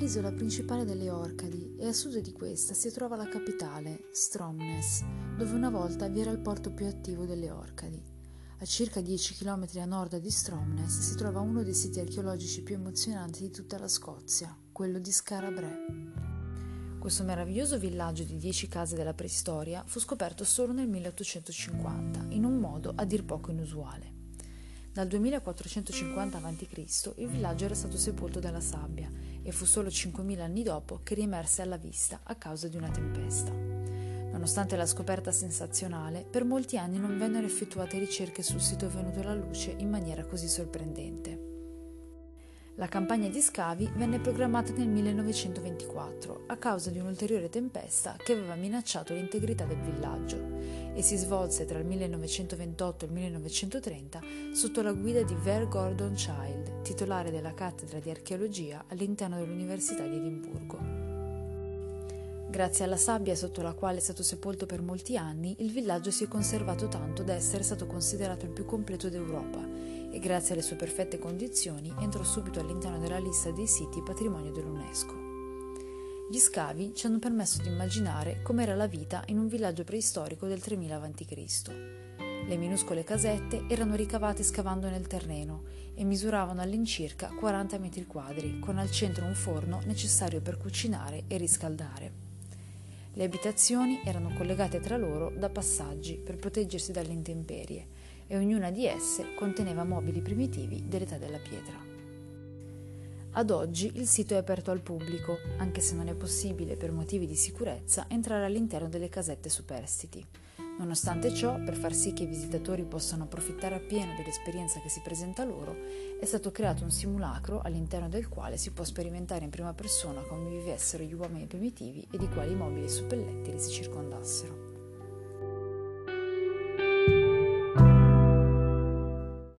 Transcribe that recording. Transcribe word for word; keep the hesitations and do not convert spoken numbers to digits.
l'isola principale delle Orcadi e a sud di questa si trova la capitale, Stromness, dove una volta vi era il porto più attivo delle Orcadi. A circa dieci chilometri a nord di Stromness si trova uno dei siti archeologici più emozionanti di tutta la Scozia, quello di Skara Brae. Questo meraviglioso villaggio di dieci case della preistoria fu scoperto solo nel milleottocentocinquanta, in un modo a dir poco inusuale. Dal duemilaquattrocentocinquanta avanti Cristo il villaggio era stato sepolto dalla sabbia e fu solo cinquemila anni dopo che riemerse alla vista a causa di una tempesta. Nonostante la scoperta sensazionale, per molti anni non vennero effettuate ricerche sul sito venuto alla luce in maniera così sorprendente. La campagna di scavi venne programmata nel millenovecentoventiquattro a causa di un'ulteriore tempesta che aveva minacciato l'integrità del villaggio e si svolse tra il millenovecentoventotto e il millenovecentotrenta sotto la guida di Ver Gordon Child, titolare della cattedra di archeologia all'interno dell'Università di Edimburgo. Grazie alla sabbia sotto la quale è stato sepolto per molti anni, il villaggio si è conservato tanto da essere stato considerato il più completo d'Europa e grazie alle sue perfette condizioni entrò subito all'interno della lista dei siti patrimonio dell'UNESCO. Gli scavi ci hanno permesso di immaginare com'era la vita in un villaggio preistorico del tremila avanti Cristo. Le minuscole casette erano ricavate scavando nel terreno e misuravano all'incirca quaranta metri quadri, con al centro un forno necessario per cucinare e riscaldare. Le abitazioni erano collegate tra loro da passaggi per proteggersi dalle intemperie e ognuna di esse conteneva mobili primitivi dell'età della pietra. Ad oggi il sito è aperto al pubblico, anche se non è possibile per motivi di sicurezza entrare all'interno delle casette superstiti. Nonostante ciò, per far sì che i visitatori possano approfittare appieno dell'esperienza che si presenta loro, è stato creato un simulacro all'interno del quale si può sperimentare in prima persona come vivessero gli uomini primitivi e di quali mobili suppellettili si circondassero.